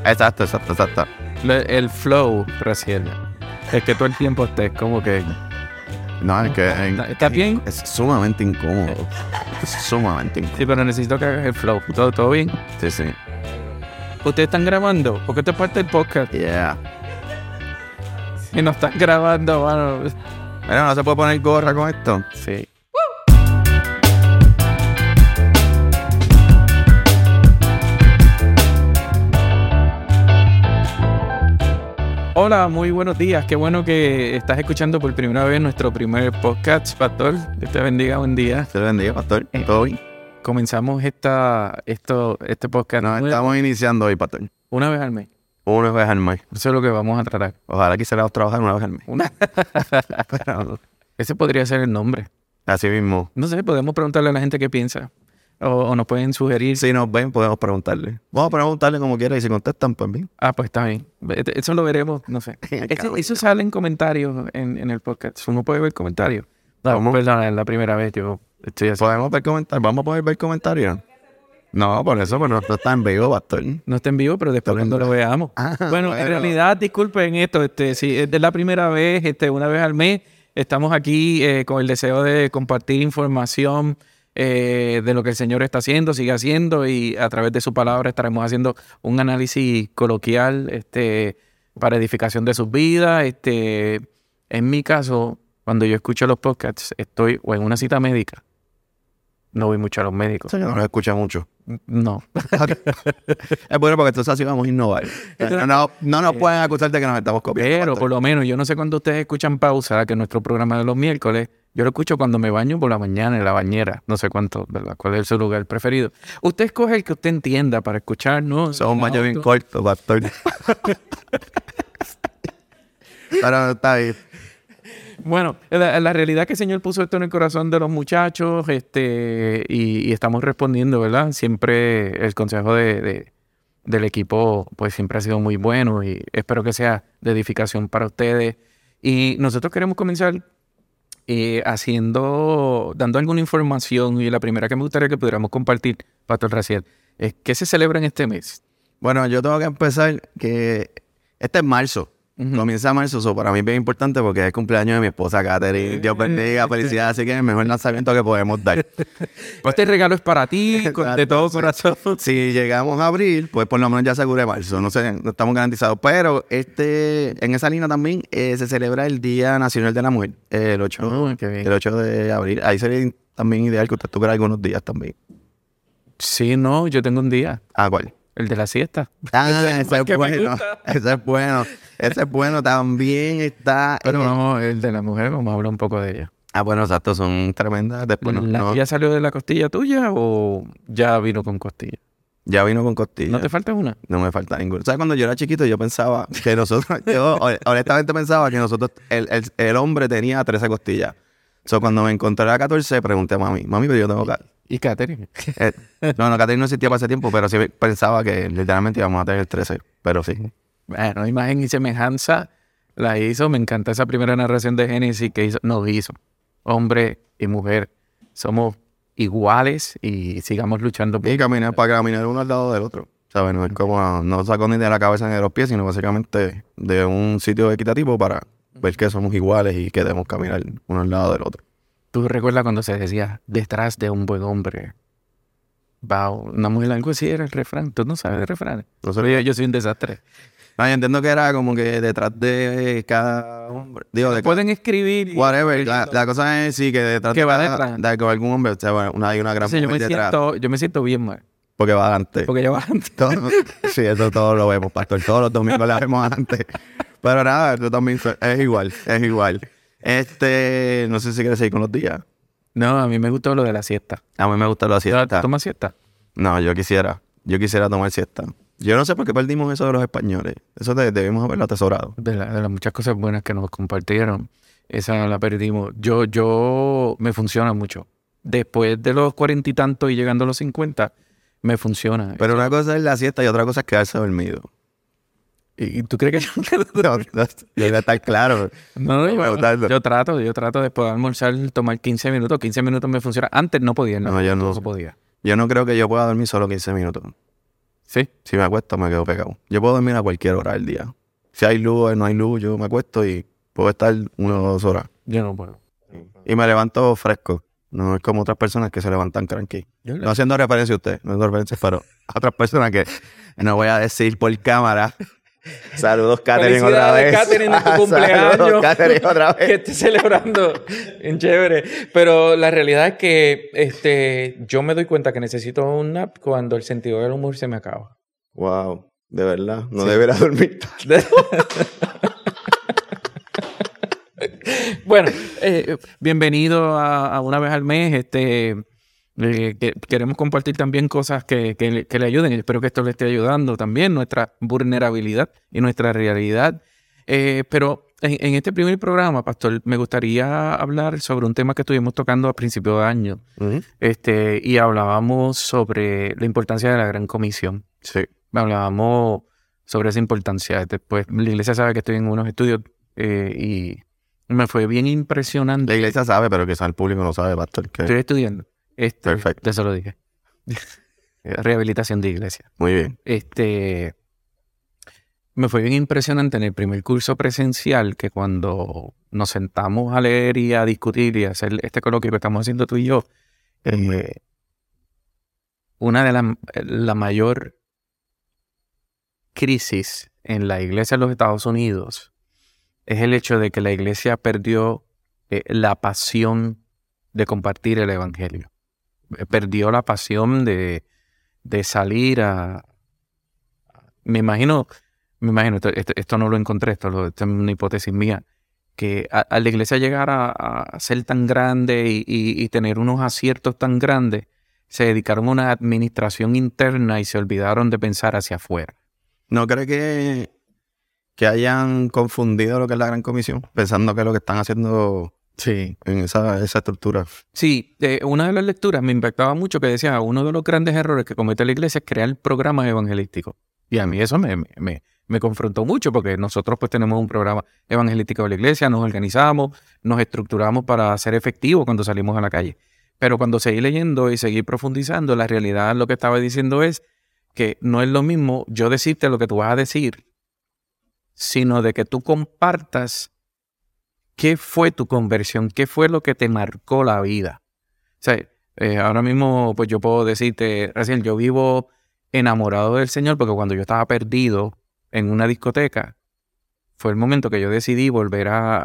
Exacto. El flow, recién. Es que todo el tiempo estés como que... No, es que... ¿Estás bien? Es sumamente incómodo. Sí, pero necesito que hagas el flow. ¿Todo bien? Sí. ¿Ustedes están grabando? Porque esta es parte del podcast. Yeah. Y no están grabando, mano. Mira, ¿no se puede poner gorra con esto? Sí. Hola, muy buenos días. Qué bueno que estás escuchando por primera vez nuestro primer podcast, Pastor. Dios te bendiga, buen día. Se lo bendiga, pastor. ¿Todo bien? Comenzamos este podcast. Nos estamos iniciando hoy, pastor. Una vez al mes. Una vez al mes. Eso es lo que vamos a tratar. Ojalá quisiéramos trabajar una vez al mes. Pero, Ese podría ser el nombre. así mismo. No sé, podemos preguntarle a la gente qué piensa. O nos pueden sugerir. Si nos ven, podemos preguntarle. Vamos a preguntarle como quiera y si contestan, pues bien. Ah, pues está bien. Eso lo veremos, no sé. Eso sale en comentarios en el podcast. Uno puede ver comentarios. No, ¿Cómo? perdón, es la primera vez yo estoy así. ¿Podemos ver comentarios? ¿Vamos a poder ver comentarios? No, por eso, pero no está en vivo, pastor. No está en vivo, pero después cuando lo veamos. Bueno, en realidad, disculpen esto. Si es la primera vez, una vez al mes, estamos aquí con el deseo de compartir información de lo que el Señor está haciendo, sigue haciendo, y a través de su palabra estaremos haciendo un análisis coloquial para edificación de sus vidas. En mi caso, cuando yo escucho los podcasts, estoy o en una cita médica. No voy mucho a los médicos. Yo no lo escucha mucho. No. Es bueno porque entonces así vamos a innovar. No nos pueden acusar de que nos estamos copiando. Pero pastor. por lo menos, yo no sé cuándo ustedes escuchan Pausa, que es nuestro programa de los miércoles. Yo lo escucho cuando me baño por la mañana en la bañera. No sé cuánto, ¿verdad? ¿Cuál es su lugar preferido? Usted escoge el que usted entienda para escuchar, ¿no? Son un baño bien corto, pastor. Pero está bien. Bueno, la realidad es que el Señor puso esto en el corazón de los muchachos, y estamos respondiendo, ¿verdad? Siempre el consejo del equipo, pues siempre ha sido muy bueno, y espero que sea de edificación para ustedes. Y nosotros queremos comenzar dando alguna información, y la primera que me gustaría que pudiéramos compartir, Pastor Raciel, es ¿qué se celebra en este mes? Bueno, yo tengo que empezar que este es marzo. Comienza marzo, so para mí es bien importante porque es el cumpleaños de mi esposa Katherine. Dios bendiga, felicidades, así que es el mejor lanzamiento que podemos dar. Este regalo es para ti, de todo corazón. Si llegamos a abril, pues por lo menos ya aseguré marzo, no sé, no estamos garantizados. Pero en esa línea también se celebra el Día Nacional de la Mujer, el 8, Qué bien. el 8 de abril. Ahí sería también ideal que usted tuviera algunos días también. Sí, no, yo tengo un día, ¿Cuál? el de la siesta. Ese es que me bueno, gusta. ese es bueno. Ese es bueno, también está... Pero no, el de la mujer, vamos a hablar un poco de ella. Bueno, exacto, son tremendas. Después ¿Ya salió de la costilla tuya o ya vino con costilla? ya vino con costillas. ¿No te falta una? No me falta ninguna. ¿Sabes? Cuando yo era chiquito, yo pensaba que nosotros... yo honestamente pensaba que nosotros... El hombre tenía 13 costillas. Cuando me encontré a 14, pregunté a mami, pero yo tengo... ¿Y Katherine? No, Katherine no existía para ese tiempo, pero sí pensaba que literalmente íbamos a tener 13. Pero sí. Bueno, imagen y semejanza la hizo. Me encanta esa primera narración de Génesis que nos hizo. Hombre y mujer somos iguales y sigamos luchando. Y caminar para caminar uno al lado del otro. ¿Sabes? No es como... No saco ni de la cabeza ni de los pies, sino básicamente de un sitio equitativo para ver que somos iguales y que debemos caminar uno al lado del otro. ¿Tú recuerdas cuando se decía detrás de un buen hombre va una mujer? Algo así era el refrán. ¿Tú no sabes de refrán? No sé. Yo soy un desastre. No, yo entiendo que era como que detrás de cada hombre... Digo, de Pueden escribir. whatever. La cosa es sí que detrás Que va de detrás. de algún hombre, o sea, bueno, hay una gran Entonces, mujer detrás. yo me siento bien mal. Porque va adelante. Porque yo antes. Sí, eso todos lo vemos, pastor. Todos los domingos la vemos adelante. Pero nada, eso también es igual. No sé si quieres seguir con los días. No, a mí me gustó lo de la siesta. A mí me gusta la siesta. ¿Tomas siesta? No, yo quisiera tomar siesta. Yo no sé por qué perdimos eso de los españoles. Eso debimos haberlo atesorado. De las muchas cosas buenas que nos compartieron, esa la perdimos. Yo me funciona mucho. Después de los 40 y tantos y llegando a los 50, me funciona. Pero una cosa es la siesta y otra cosa es quedarse dormido. ¿Y tú crees que yo No, debe estar claro. No, yo trato después de almorzar, tomar 15 minutos. 15 minutos me funciona. Antes no podía, No, yo no. podía. Yo no creo que yo pueda dormir solo 15 minutos. Sí. Si me acuesto, me quedo pegado. Yo puedo dormir a cualquier hora del día. Si hay luz o no hay luz, yo me acuesto y puedo estar 1 o 2 horas. Yo no puedo. Y me levanto fresco. No es como otras personas que se levantan cranky. No haciendo referencia a usted, no haciendo referencia, pero a otras personas que no voy a decir por cámara. Saludos, Katherine, otra vez. Katherine, en tu cumpleaños. Saludos, Katherine, otra vez. Que estés celebrando. Bien chévere. Pero la realidad es que yo me doy cuenta que necesito un nap cuando el sentido del humor se me acaba. Wow, de verdad. No debería dormir tanto. Bueno, bienvenido a Una Vez al Mes. Queremos compartir también cosas que le ayuden. Espero que esto le esté ayudando también, nuestra vulnerabilidad y nuestra realidad. Pero en este primer programa, Pastor, me gustaría hablar sobre un tema que estuvimos tocando a principios de año. Uh-huh. Y hablábamos sobre la importancia de la Gran Comisión. Sí. Hablábamos sobre esa importancia. Después, la iglesia sabe que estoy en unos estudios y me fue bien impresionante. La iglesia sabe, pero quizás el público no sabe, Pastor. Estoy estudiando. Perfecto. Eso lo dije. Rehabilitación de iglesia. Muy bien. Me fue bien impresionante en el primer curso presencial que cuando nos sentamos a leer y a discutir y a hacer este coloquio que estamos haciendo tú y yo, una de la mayor crisis en la iglesia de los Estados Unidos es el hecho de que la iglesia perdió la pasión de compartir el evangelio. Perdió la pasión de salir a... Me imagino, esto no lo encontré, esto es una hipótesis mía, que a la iglesia llegar a ser tan grande y tener unos aciertos tan grandes, se dedicaron a una administración interna y se olvidaron de pensar hacia afuera. ¿No cree que hayan confundido lo que es la Gran Comisión? Pensando que lo que están haciendo... Sí. En esa estructura. Sí, una de las lecturas me impactaba mucho que decía, uno de los grandes errores que comete la iglesia es crear programas evangelísticos. Y a mí eso me confrontó mucho porque nosotros pues tenemos un programa evangelístico de la iglesia, nos organizamos, nos estructuramos para ser efectivos cuando salimos a la calle. Pero cuando seguí leyendo y seguí profundizando, la realidad lo que estaba diciendo es que no es lo mismo yo decirte lo que tú vas a decir, sino de que tú compartas qué fue tu conversión, qué fue lo que te marcó la vida. O sea, ahora mismo pues yo puedo decirte, Raciel, yo vivo enamorado del Señor porque cuando yo estaba perdido en una discoteca, fue el momento que yo decidí volver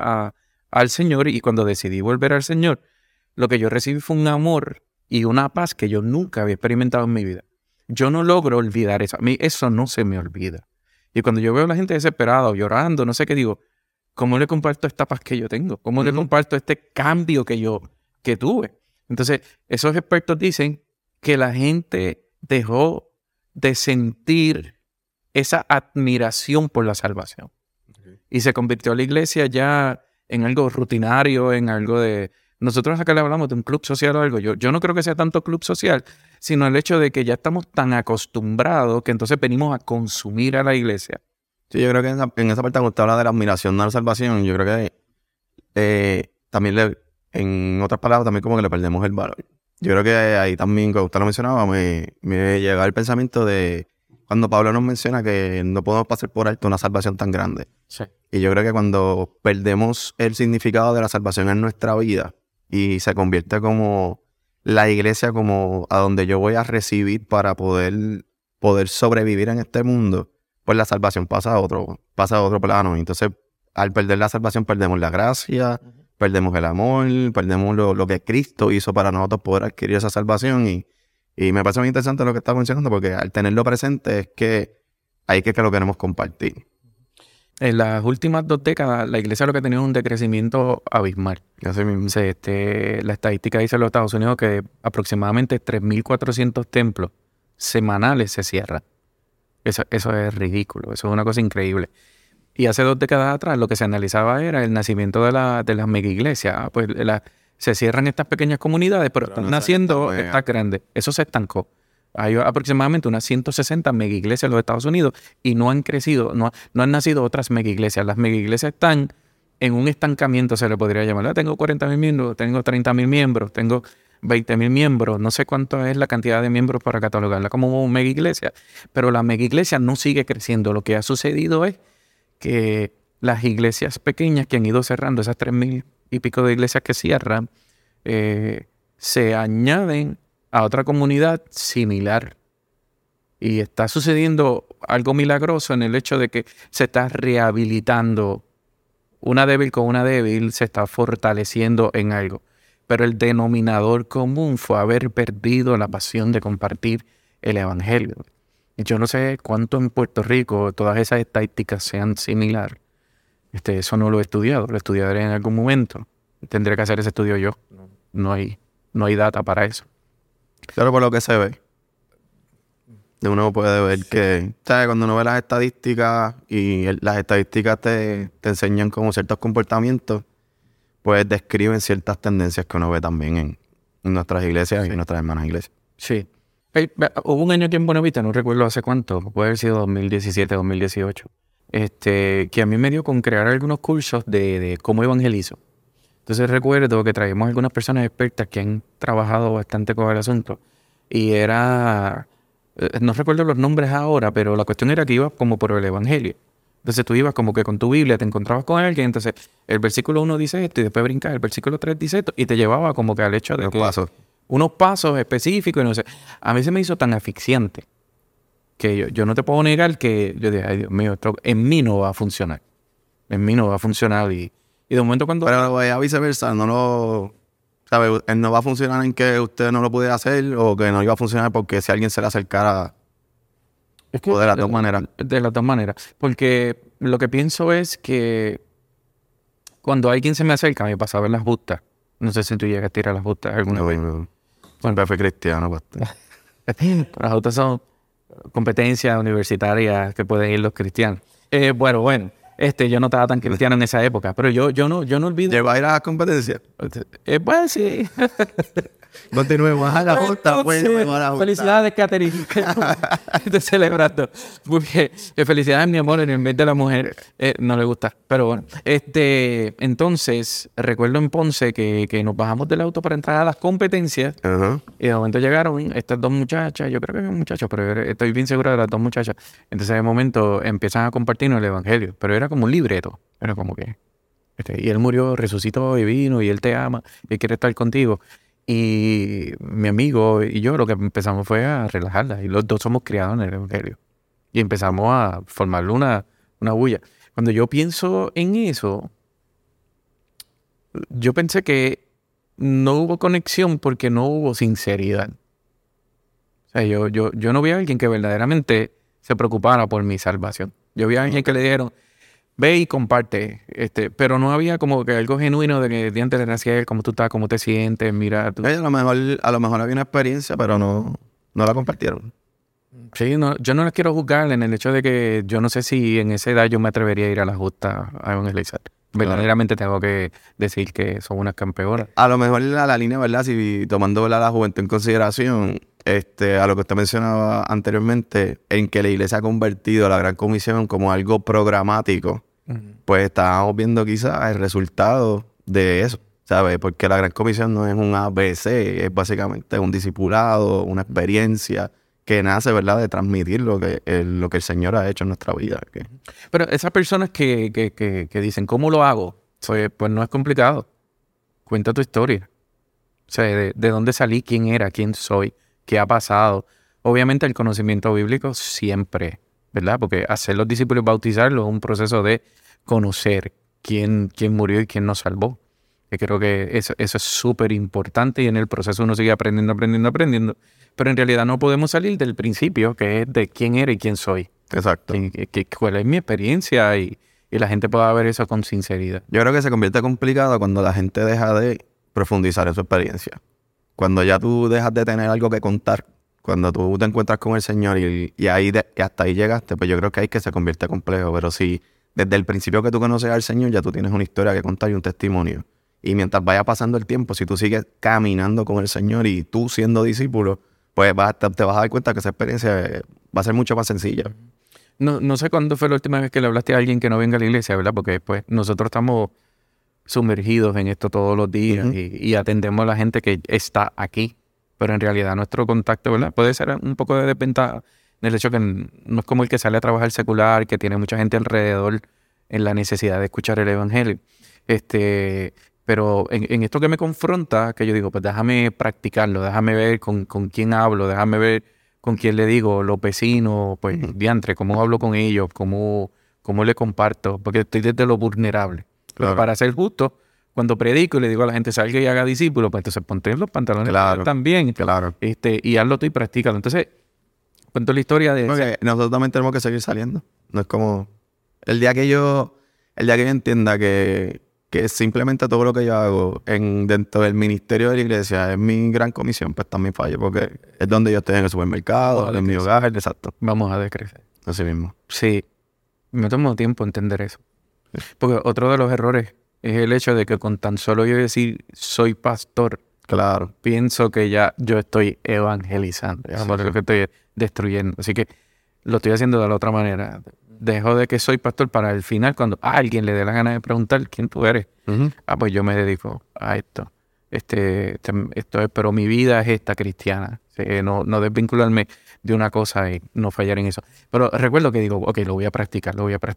al Señor, y cuando decidí volver al Señor, lo que yo recibí fue un amor y una paz que yo nunca había experimentado en mi vida. Yo no logro olvidar eso. A mí eso no se me olvida. Y cuando yo veo a la gente desesperada o llorando, no sé qué, digo, ¿cómo le comparto esta paz que yo tengo? ¿Cómo le comparto este cambio que tuve? Entonces, esos expertos dicen que la gente dejó de sentir esa admiración por la salvación. Okay. Y se convirtió la iglesia ya en algo rutinario, en algo de... Nosotros acá le hablamos de un club social o algo. Yo no creo que sea tanto club social, sino el hecho de que ya estamos tan acostumbrados que entonces venimos a consumir a la iglesia. Sí, yo creo que en esa parte cuando usted habla de la admiración a la salvación, yo creo que también en otras palabras también como que le perdemos el valor. Yo creo que ahí también, cuando usted lo mencionaba, me llegaba el pensamiento de cuando Pablo nos menciona que no podemos pasar por alto una salvación tan grande. Sí. Y yo creo que cuando perdemos el significado de la salvación en nuestra vida y se convierte como la iglesia como a donde yo voy a recibir para poder sobrevivir en este mundo, pues la salvación pasa a otro plano. Entonces, al perder la salvación, perdemos la gracia, perdemos el amor, perdemos lo que Cristo hizo para nosotros poder adquirir esa salvación. Y me parece muy interesante lo que está mencionando, porque al tenerlo presente es que ahí que lo queremos compartir. En las últimas 2 décadas, la iglesia lo que ha tenido es un decrecimiento abismal. Así mismo. La estadística dice en los Estados Unidos que aproximadamente 3.400 templos semanales se cierran. Eso es ridículo, eso es una cosa increíble. Y hace 2 décadas atrás lo que se analizaba era el nacimiento de las mega iglesias. Pues se cierran estas pequeñas comunidades, pero están naciendo estas grandes. Eso se estancó. Hay aproximadamente unas 160 mega iglesias en los Estados Unidos y no han crecido, no han nacido otras mega iglesias. Las mega iglesias están en un estancamiento, se le podría llamar. Tengo 40,000 miembros, tengo 30,000 miembros, tengo 20,000 miembros. No sé cuánto es la cantidad de miembros para catalogarla como una mega iglesia, pero la mega iglesia no sigue creciendo. Lo que ha sucedido es que las iglesias pequeñas que han ido cerrando, esas 3,000 y pico de iglesias que cierran, se añaden a otra comunidad similar. Y está sucediendo algo milagroso en el hecho de que se está rehabilitando una débil con una débil, se está fortaleciendo en algo. Pero el denominador común fue haber perdido la pasión de compartir el evangelio. Y yo no sé cuánto en Puerto Rico todas esas estadísticas sean similares. Eso no lo he estudiado, lo estudiaré en algún momento. Tendré que hacer ese estudio yo. No hay data para eso. Claro, por lo que se ve. Uno puede ver que, ¿sabes? Cuando uno ve las estadísticas y las estadísticas te enseñan como ciertos comportamientos, pues describen ciertas tendencias que uno ve también en nuestras iglesias y en nuestras hermanas iglesias. Sí. Hubo un año aquí en Buenavista, no recuerdo hace cuánto, puede haber sido 2017, 2018, que a mí me dio con crear algunos cursos de cómo evangelizo. Entonces recuerdo que traíamos algunas personas expertas que han trabajado bastante con el asunto y era... No recuerdo los nombres ahora, pero la cuestión era que ibas como por el evangelio. Entonces tú ibas como que con tu Biblia, te encontrabas con alguien, entonces el versículo 1 dice esto y después brincas, el versículo 3 dice esto y te llevaba como que al hecho de unos pasos específicos y no sé. A mí se me hizo tan asfixiante que yo no te puedo negar que yo dije, ay Dios mío, esto en mí no va a funcionar. En mí no va a funcionar y de momento cuando... Pero a viceversa, no lo... ¿Sabe? Él no va a funcionar en que usted no lo pudiera hacer o que no iba a funcionar porque si alguien se le acercara o de las dos maneras. De las dos maneras. Porque lo que pienso es que cuando alguien se me acerca, me pasa a ver las justas. No sé si tú llegaste a ir a las justas alguna vez. Bueno, fue cristiano. Las justas son competencias universitarias que pueden ir los cristianos. Bueno. Yo no estaba tan cristiano en esa época, pero yo no olvido. ¿Lleva a ir a las competencias? Pues sí. Continuemos a la justa. Felicidades, Catherine. Estoy celebrando. Porque felicidades, mi amor, en el mes de la mujer. No le gusta, pero bueno. Entonces, recuerdo en Ponce que nos bajamos del auto para entrar a las competencias. Uh-huh. Y de momento llegaron estas dos muchachas. Yo creo que eran muchachos, pero estoy bien seguro de las dos muchachas. Entonces, de momento empiezan a compartirnos el evangelio. Pero era como un libreto. Era como que... y él murió, resucitó y vino, y él te ama, y quiere estar contigo. Y mi amigo y yo lo que empezamos fue a relajarla. Y los dos somos criados en el evangelio. Y empezamos a formarle una bulla. Cuando yo pienso en eso, yo pensé que no hubo conexión porque no hubo sinceridad. O sea, yo no vi a alguien que verdaderamente se preocupara por mi salvación. Yo vi a alguien que le dijeron, ve y comparte, pero no había como que algo genuino de que diante de Raciel, cómo tú estás, cómo te sientes, mira. Tú... A lo mejor había una experiencia, pero no la compartieron. Sí, yo no les quiero juzgar en el hecho de que yo no sé si en esa edad yo me atrevería a ir a la justa a evangelizar. Verdaderamente tengo que decir que son unas campeonas. A lo mejor la línea, ¿verdad? Si tomando la juventud en consideración, a lo que usted mencionaba anteriormente, en que la iglesia ha convertido la Gran Comisión como algo programático, pues estábamos viendo quizás el resultado de eso, ¿sabes? Porque la Gran Comisión no es un ABC, es básicamente un discipulado, una experiencia que nace, ¿verdad?, de transmitir lo que el Señor ha hecho en nuestra vida. Pero esas personas que dicen, ¿cómo lo hago? Pues no es complicado. Cuenta tu historia. O sea, de dónde salí, quién era, quién soy, qué ha pasado. Obviamente el conocimiento bíblico siempre, ¿verdad? Porque hacer los discípulos y bautizarlos es un proceso de conocer quién murió y quién nos salvó. Y creo que eso es súper importante y en el proceso uno sigue aprendiendo. Pero en realidad no podemos salir del principio, que es de quién era y quién soy. Exacto. Cuál es mi experiencia y la gente pueda ver eso con sinceridad. Yo creo que se convierte complicado cuando la gente deja de profundizar en su experiencia. Cuando ya tú dejas de tener algo que contar, cuando tú te encuentras con el Señor y hasta ahí llegaste, pues yo creo que ahí que se convierte complejo. Pero si desde el principio que tú conoces al Señor ya tú tienes una historia que contar y un testimonio. Y mientras vaya pasando el tiempo, si tú sigues caminando con el Señor y tú siendo discípulo, pues te vas a dar cuenta que esa experiencia va a ser mucho más sencilla. No sé cuándo fue la última vez que le hablaste a alguien que no venga a la iglesia, ¿verdad? Porque pues nosotros estamos sumergidos en esto todos los días y atendemos a la gente que está aquí. Pero en realidad nuestro contacto, ¿verdad? Puede ser un poco de desventaja en el hecho que no es como el que sale a trabajar secular, que tiene mucha gente alrededor en la necesidad de escuchar el evangelio. Pero en esto que me confronta, que yo digo, pues déjame practicarlo, déjame ver con quién hablo, déjame ver con quién le digo, los vecinos, pues diantre, cómo hablo con ellos, cómo le comparto, porque estoy desde lo vulnerable. Claro. Pero para ser justo, cuando predico y le digo a la gente, salga y haga discípulos, pues entonces ponte los pantalones también. Claro. Y hazlo tú y practícalo. Entonces, cuento la historia de... Porque nosotros también tenemos que seguir saliendo. No es como... El día que yo entienda que simplemente todo lo que yo hago dentro del ministerio de la iglesia es mi gran comisión, pues también fallo, porque es donde yo estoy en el supermercado, en mi hogar, exacto. Vamos a decrecer. Así mismo. Sí. Me tomó tiempo entender eso. Porque otro de los errores es el hecho de que con tan solo yo decir soy pastor, claro, pienso que ya yo estoy evangelizando, lo que estoy destruyendo. Así que lo estoy haciendo de la otra manera. Dejo de que soy pastor para el final, cuando alguien le dé la gana de preguntar quién tú eres. Pues yo me dedico a esto. Esto es, pero mi vida es esta cristiana. No desvincularme de una cosa y no fallar en eso. Pero recuerdo que digo, ok, lo voy a practicar.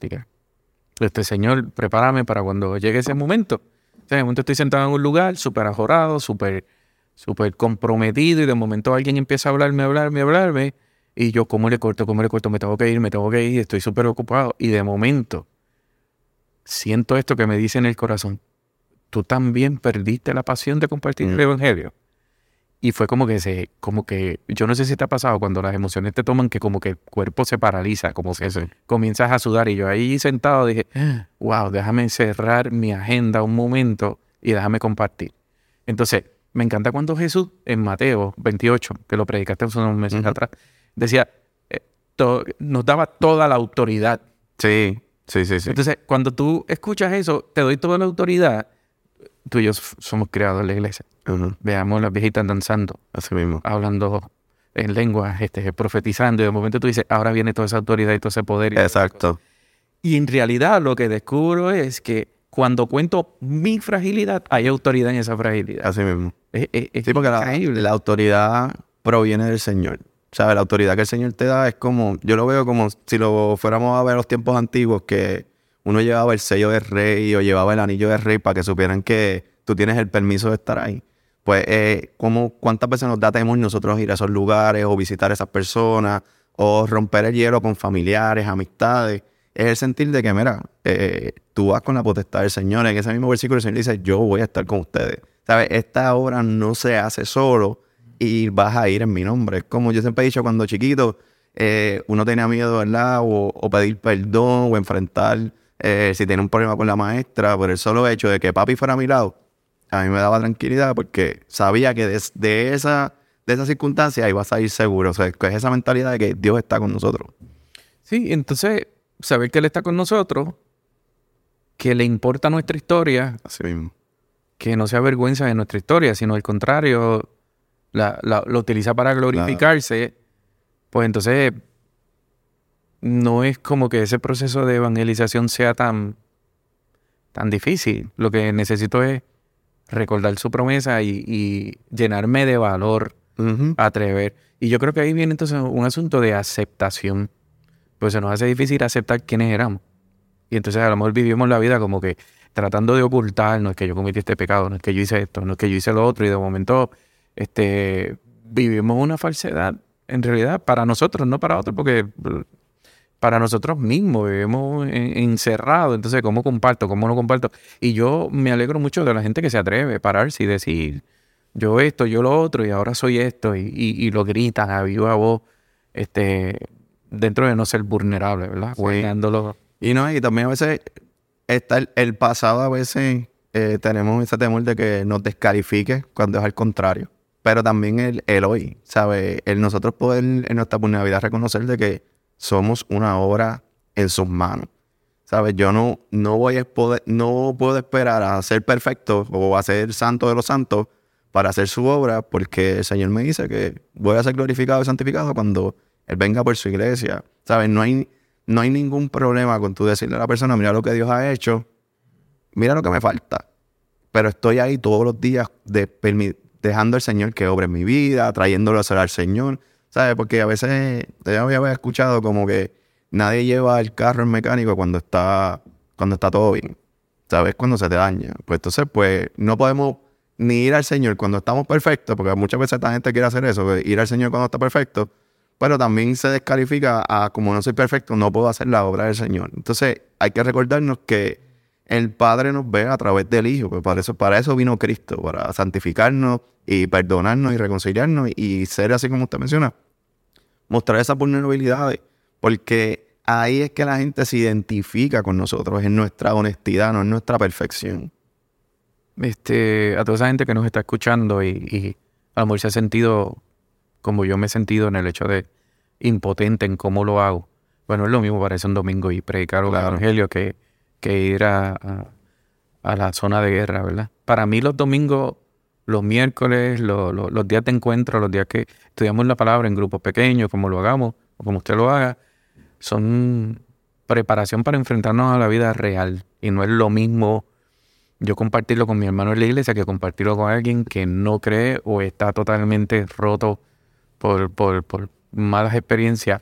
Señor, prepárame para cuando llegue ese momento. O sea, de momento estoy sentado en un lugar súper ajorado, súper comprometido, y de momento alguien empieza a hablarme, y yo, ¿cómo le corto? Me tengo que ir, estoy súper ocupado. Y de momento siento esto que me dice en el corazón, tú también perdiste la pasión de compartir el evangelio. Y fue como que, yo no sé si te ha pasado cuando las emociones te toman, que como que el cuerpo se paraliza, como que comienzas a sudar. Y yo ahí sentado dije, wow, déjame cerrar mi agenda un momento y déjame compartir. Entonces, me encanta cuando Jesús, en Mateo 28, que lo predicaste hace unos meses atrás, decía, nos daba toda la autoridad. Sí. Entonces, cuando tú escuchas eso, te doy toda la autoridad. Tú y yo somos criados en la iglesia. Veamos las viejitas danzando. Así mismo. Hablando en lenguas, profetizando. Y de momento tú dices, ahora viene toda esa autoridad y todo ese poder. Exacto. Y en realidad lo que descubro es que cuando cuento mi fragilidad, hay autoridad en esa fragilidad. Así mismo. Sí, porque la autoridad proviene del Señor. ¿Sabes? La autoridad que el Señor te da es como... Yo lo veo como si lo fuéramos a ver los tiempos antiguos, que uno llevaba el sello del rey o llevaba el anillo del rey para que supieran que tú tienes el permiso de estar ahí. Pues, ¿cuántas veces nos da temor nosotros ir a esos lugares o visitar a esas personas o romper el hielo con familiares, amistades? Es el sentir de que, mira, tú vas con la potestad del Señor. En ese mismo versículo el Señor dice, yo voy a estar con ustedes. ¿Sabes? Esta obra no se hace solo y vas a ir en mi nombre. Es como yo siempre he dicho cuando chiquito, uno tenía miedo, ¿verdad? O pedir perdón o enfrentar si tiene un problema con la maestra. Por el solo hecho de que papi fuera a mi lado, a mí me daba tranquilidad porque sabía que de esa circunstancia iba a salir seguro. O sea, que es esa mentalidad de que Dios está con nosotros. Sí, entonces, saber que Él está con nosotros, que le importa nuestra historia. Así mismo. Que no se avergüenza de nuestra historia, sino al contrario, lo utiliza para glorificarse. Pues entonces, no es como que ese proceso de evangelización sea tan difícil. Lo que necesito es recordar su promesa y llenarme de valor, atrever. Y yo creo que ahí viene entonces un asunto de aceptación. Pues se nos hace difícil aceptar quiénes éramos. Y entonces a lo mejor vivimos la vida como que tratando de ocultar, no es que yo cometí este pecado, no es que yo hice esto, no es que yo hice lo otro. Y de momento vivimos una falsedad, en realidad, para nosotros, no para otros, porque para nosotros mismos vivimos encerrados. Entonces, ¿cómo comparto? ¿Cómo no comparto? Y yo me alegro mucho de la gente que se atreve a pararse y decir, yo esto, yo lo otro, y ahora soy esto, y lo gritan a viva voz, dentro de no ser vulnerable, ¿verdad? Y también a veces está el pasado, a veces tenemos ese temor de que nos descalifique cuando es al contrario. Pero también el hoy, ¿sabes? El nosotros poder en nuestra vulnerabilidad reconocer de que somos una obra en sus manos. ¿Sabes? Yo no puedo esperar a ser perfecto o a ser santo de los santos para hacer su obra, porque el Señor me dice que voy a ser glorificado y santificado cuando Él venga por su iglesia. ¿Sabes? No hay ningún problema con tú decirle a la persona, mira lo que Dios ha hecho, mira lo que me falta. pero estoy ahí todos los días dejando al Señor que obre en mi vida, trayéndolo a ser al Señor, ¿sabes? Porque a veces ya había escuchado como que nadie lleva el carro al mecánico cuando está todo bien, ¿sabes? Cuando se te daña. Pues entonces, pues, no podemos ni ir al Señor cuando estamos perfectos, porque muchas veces esta gente quiere hacer eso, ir al Señor cuando está perfecto, pero también se descalifica a como no soy perfecto, no puedo hacer la obra del Señor. Entonces, hay que recordarnos que el Padre nos ve a través del Hijo, pues para eso vino Cristo, para santificarnos y perdonarnos y reconciliarnos y ser así como usted menciona, mostrar esas vulnerabilidades, porque ahí es que la gente se identifica con nosotros, en nuestra honestidad, no en nuestra perfección. A toda esa gente que nos está escuchando y a lo mejor se ha sentido como yo me he sentido en el hecho de impotente en cómo lo hago. Bueno, es lo mismo para un domingo y predicar el evangelio que ir a la zona de guerra, ¿verdad? Para mí los domingos, los miércoles, los días de encuentro, los días que estudiamos la palabra en grupos pequeños, como lo hagamos o como usted lo haga, son preparación para enfrentarnos a la vida real. Y no es lo mismo yo compartirlo con mi hermano en la iglesia que compartirlo con alguien que no cree o está totalmente roto por malas experiencias.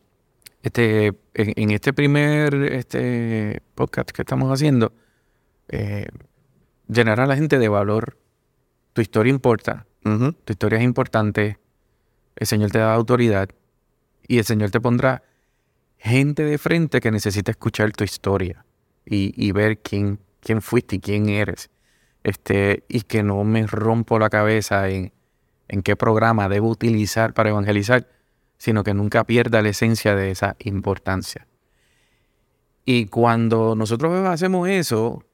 En este primer podcast que estamos haciendo, llenar a la gente de valor. Tu historia importa. Uh-huh. Tu historia es importante. El Señor te da autoridad y el Señor te pondrá gente de frente que necesita escuchar tu historia y ver quién fuiste y quién eres. Y que no me rompo la cabeza en qué programa debo utilizar para evangelizar, sino que nunca pierda la esencia de esa importancia. Y cuando nosotros hacemos eso,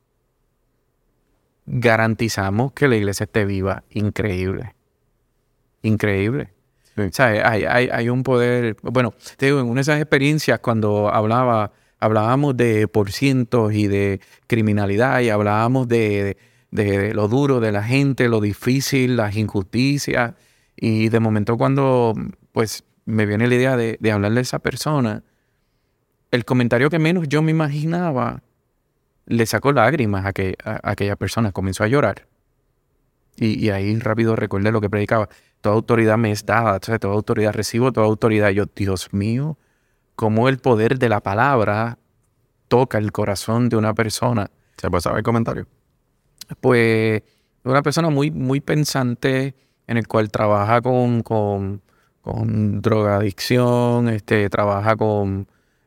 garantizamos que la iglesia esté viva. Increíble. Increíble. Sí. O sea, hay un poder. Bueno, te digo, en una de esas experiencias cuando hablábamos de porcientos y de criminalidad y hablábamos de lo duro de la gente, lo difícil, las injusticias. Y de momento cuando pues me viene la idea de hablarle a esa persona, el comentario que menos yo me imaginaba le sacó lágrimas a aquella persona. Comenzó a llorar. Y ahí rápido recordé lo que predicaba. Toda autoridad me es dada, entonces, toda autoridad recibo, toda autoridad. Yo, Dios mío, cómo el poder de la palabra toca el corazón de una persona. ¿Se puede saber el comentario? Pues una persona muy, muy pensante, en el cual trabaja con drogadicción, trabaja con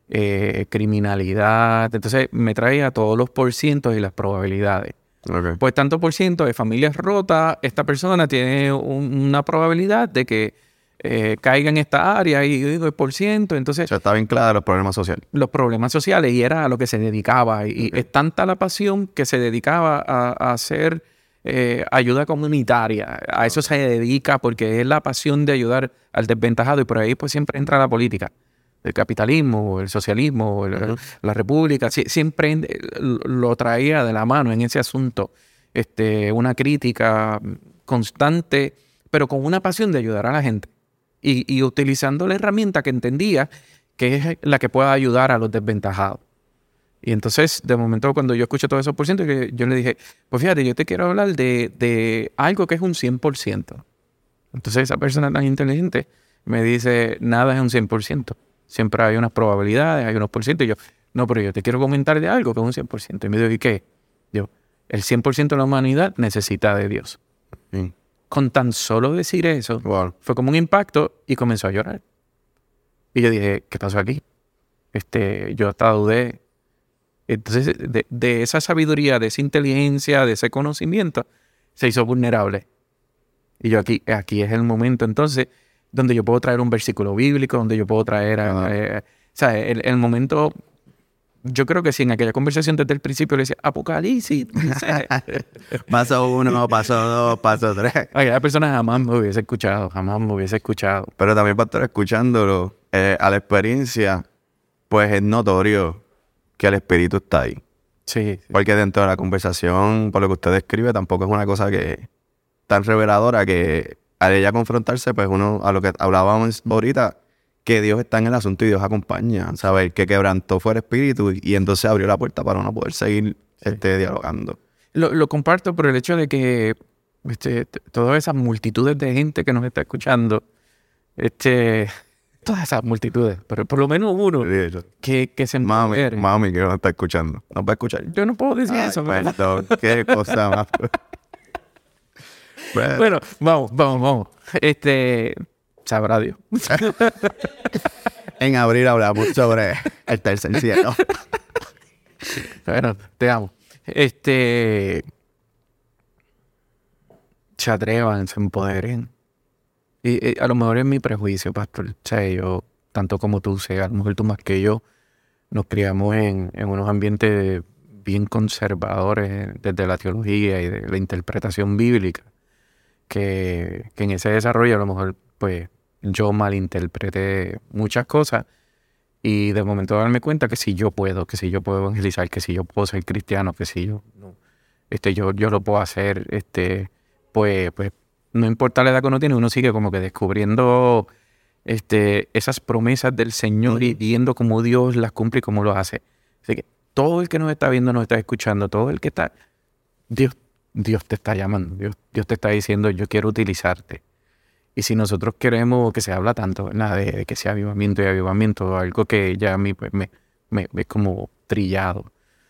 criminalidad. Entonces me trae a todos los porcientos y las probabilidades. Okay. Pues tanto por ciento de familias rotas, esta persona tiene una probabilidad de que caiga en esta área y yo digo el por ciento. Entonces, o sea, está bien clara los problemas sociales. Los problemas sociales, y era a lo que se dedicaba. Y es tanta la pasión que se dedicaba a hacer ayuda comunitaria. A eso se dedica porque es la pasión de ayudar al desventajado. Y por ahí pues siempre entra la política. El capitalismo, el socialismo, la república, siempre lo traía de la mano en ese asunto. Una crítica constante, pero con una pasión de ayudar a la gente. Y utilizando la herramienta que entendía que es la que pueda ayudar a los desventajados. Y entonces, de momento, cuando yo escucho todo eso por ciento, yo le dije, pues fíjate, yo te quiero hablar de algo que es un 100%. Entonces, esa persona tan inteligente me dice, nada es un 100%. Siempre hay unas probabilidades, hay unos por ciento. Y yo, no, pero yo te quiero comentar de algo que es un 100%. Y me dijo, ¿y qué? Yo, el 100% de la humanidad necesita de Dios. Sí. Con tan solo decir eso, wow, fue como un impacto y comenzó a llorar. Y yo dije, ¿qué pasó aquí? Yo hasta dudé. Entonces, de esa sabiduría, de esa inteligencia, de ese conocimiento, se hizo vulnerable. Y yo aquí es el momento, entonces, donde yo puedo traer un versículo bíblico, donde yo puedo traer... o sea, el momento... Yo creo que si en aquella conversación desde el principio le decía Apocalipsis, paso 1, paso 2, paso 3. Aquella persona jamás me hubiese escuchado. Pero también para estar escuchándolo, a la experiencia, pues es notorio que el espíritu está ahí. Sí. Porque dentro de la conversación, por lo que usted describe, tampoco es una cosa que tan reveladora que al ella confrontarse, pues uno, a lo que hablábamos ahorita, que Dios está en el asunto y Dios acompaña, ¿sabes? Que quebrantó fue el espíritu y entonces abrió la puerta para uno poder seguir dialogando. Lo comparto por el hecho de que todas esas multitudes de gente que nos está escuchando, todas esas multitudes, pero por lo menos uno que se empodere. Mami que nos está escuchando. ¿Nos va a escuchar? Yo no puedo decir eso. Perdón, qué cosa más. Bueno, vamos. Sabrá Dios. En abril hablamos sobre el tercer cielo. Bueno, te amo. Se atrevan, se empoderen. Y a lo mejor es mi prejuicio, pastor. O sea, yo, tanto como tú, a lo mejor tú más que yo, nos criamos en unos ambientes bien conservadores desde la teología y de la interpretación bíblica. Que en ese desarrollo a lo mejor, pues, yo malinterpreté muchas cosas. Y de momento darme cuenta que si yo puedo evangelizar, que si yo puedo ser cristiano, que si yo lo puedo hacer, pues no importa la edad que uno tiene, uno sigue como que descubriendo esas promesas del Señor y viendo cómo Dios las cumple y cómo lo hace. Así que todo el que nos está viendo, nos está escuchando, todo el que está, Dios te está llamando, Dios te está diciendo, yo quiero utilizarte. Y si nosotros queremos, que se habla tanto, ¿verdad? De que sea avivamiento, algo que ya a mí pues, me es como trillado.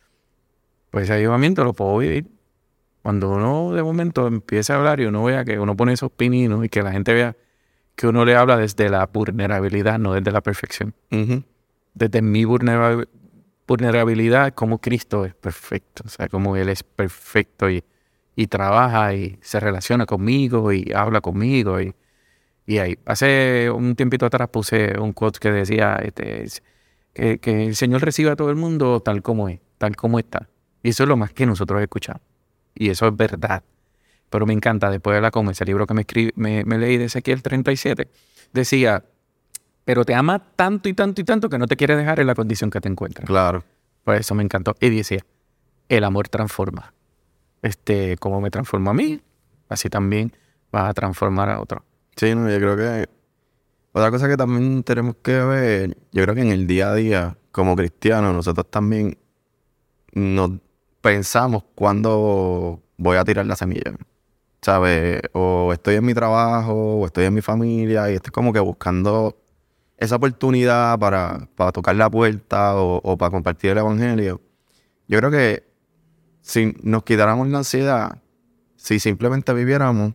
Pues ese avivamiento lo puedo vivir. Cuando uno de momento empieza a hablar y uno vea que uno pone esos pininos y que la gente vea que uno le habla desde la vulnerabilidad, no desde la perfección. Uh-huh. Desde mi vulnerabilidad, como Cristo es perfecto. O sea, como Él es perfecto y trabaja y se relaciona conmigo y habla conmigo. Y ahí, hace un tiempito atrás puse un quote que decía que el Señor recibe a todo el mundo tal como es, tal como está. Y eso es lo más que nosotros escuchamos. Y eso es verdad. Pero me encanta, después de la coma, ese libro que me leí de Ezequiel 37, decía, pero te ama tanto y tanto y tanto que no te quiere dejar en la condición que te encuentras. Claro. Pues eso me encantó. Y decía, el amor transforma. Como me transformó a mí, así también va a transformar a otro. Sí, no, yo creo que otra cosa que también tenemos que ver, yo creo que en el día a día, como cristianos, nosotros también nos pensamos cuándo voy a tirar la semilla, ¿sabes? O estoy en mi trabajo, o estoy en mi familia, y estoy como que buscando esa oportunidad para tocar la puerta o para compartir el evangelio. Yo creo que si nos quitáramos la ansiedad, si simplemente viviéramos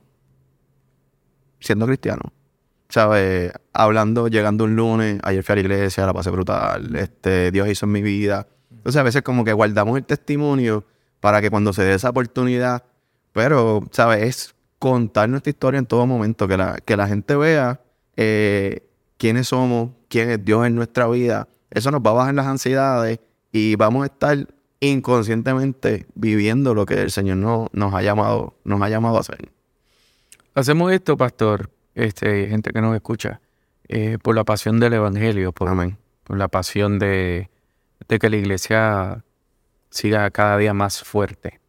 siendo cristianos, ¿sabes? Hablando, llegando un lunes, ayer fui a la iglesia, la pasé brutal, Dios hizo en mi vida. Entonces a veces como que guardamos el testimonio para que cuando se dé esa oportunidad, pero, ¿sabes? Es contar nuestra historia en todo momento, que la gente vea quiénes somos, quién es Dios en nuestra vida. Eso nos va a bajar las ansiedades y vamos a estar inconscientemente viviendo lo que el Señor nos ha llamado a hacer. Hacemos esto, pastor, gente que nos escucha, por la pasión del evangelio, por la pasión de que la iglesia siga cada día más fuerte.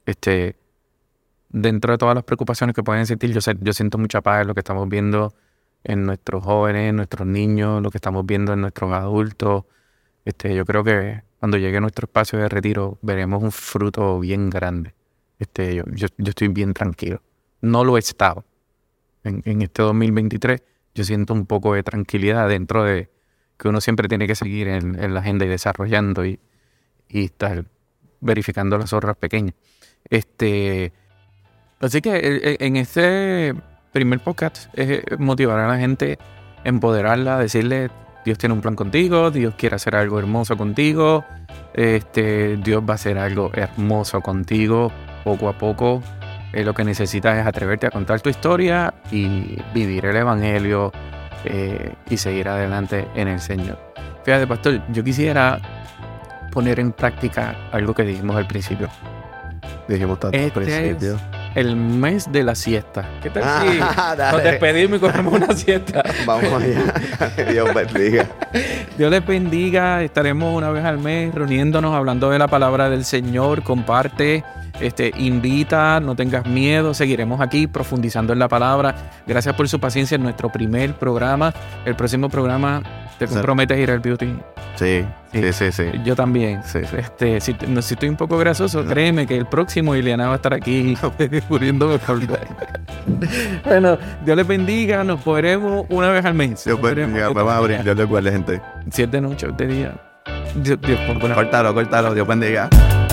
Dentro de todas las preocupaciones que pueden sentir, yo siento mucha paz en lo que estamos viendo en nuestros jóvenes, en nuestros niños, lo que estamos viendo en nuestros adultos. Yo creo que cuando llegue a nuestro espacio de retiro veremos un fruto bien grande. Yo estoy bien tranquilo. No lo he estado. En este 2023 yo siento un poco de tranquilidad dentro de que uno siempre tiene que seguir en la agenda y desarrollando y estar verificando las obras pequeñas. Así que en este primer podcast es motivar a la gente, empoderarla, decirle Dios tiene un plan contigo, Dios quiere hacer algo hermoso contigo, Dios va a hacer algo hermoso contigo poco a poco. Lo que necesitas es atreverte a contar tu historia y vivir el evangelio y seguir adelante en el Señor. Fíjate, pastor, yo quisiera poner en práctica algo que dijimos al principio. Dijimos tanto al principio. Es el mes de la siesta. ¿Qué tal si nos despedimos y cogemos una siesta? Vamos allá. Dios bendiga. Dios les bendiga. Estaremos una vez al mes reuniéndonos, hablando de la palabra del Señor. Comparte, invita, no tengas miedo. Seguiremos aquí profundizando en la palabra. Gracias por su paciencia en nuestro primer programa. El próximo programa, ¿te comprometes a ir al beauty? Sí. Sí. Yo también. Sí. Si estoy un poco grasoso, créeme que el próximo Ileana va a estar aquí muriéndome por hablar. Bueno, Dios les bendiga. Nos veremos una vez al mes. Vamos a abrir. Dios les guarde, gente. 7 noches de día. Córtalo. Dios bendiga.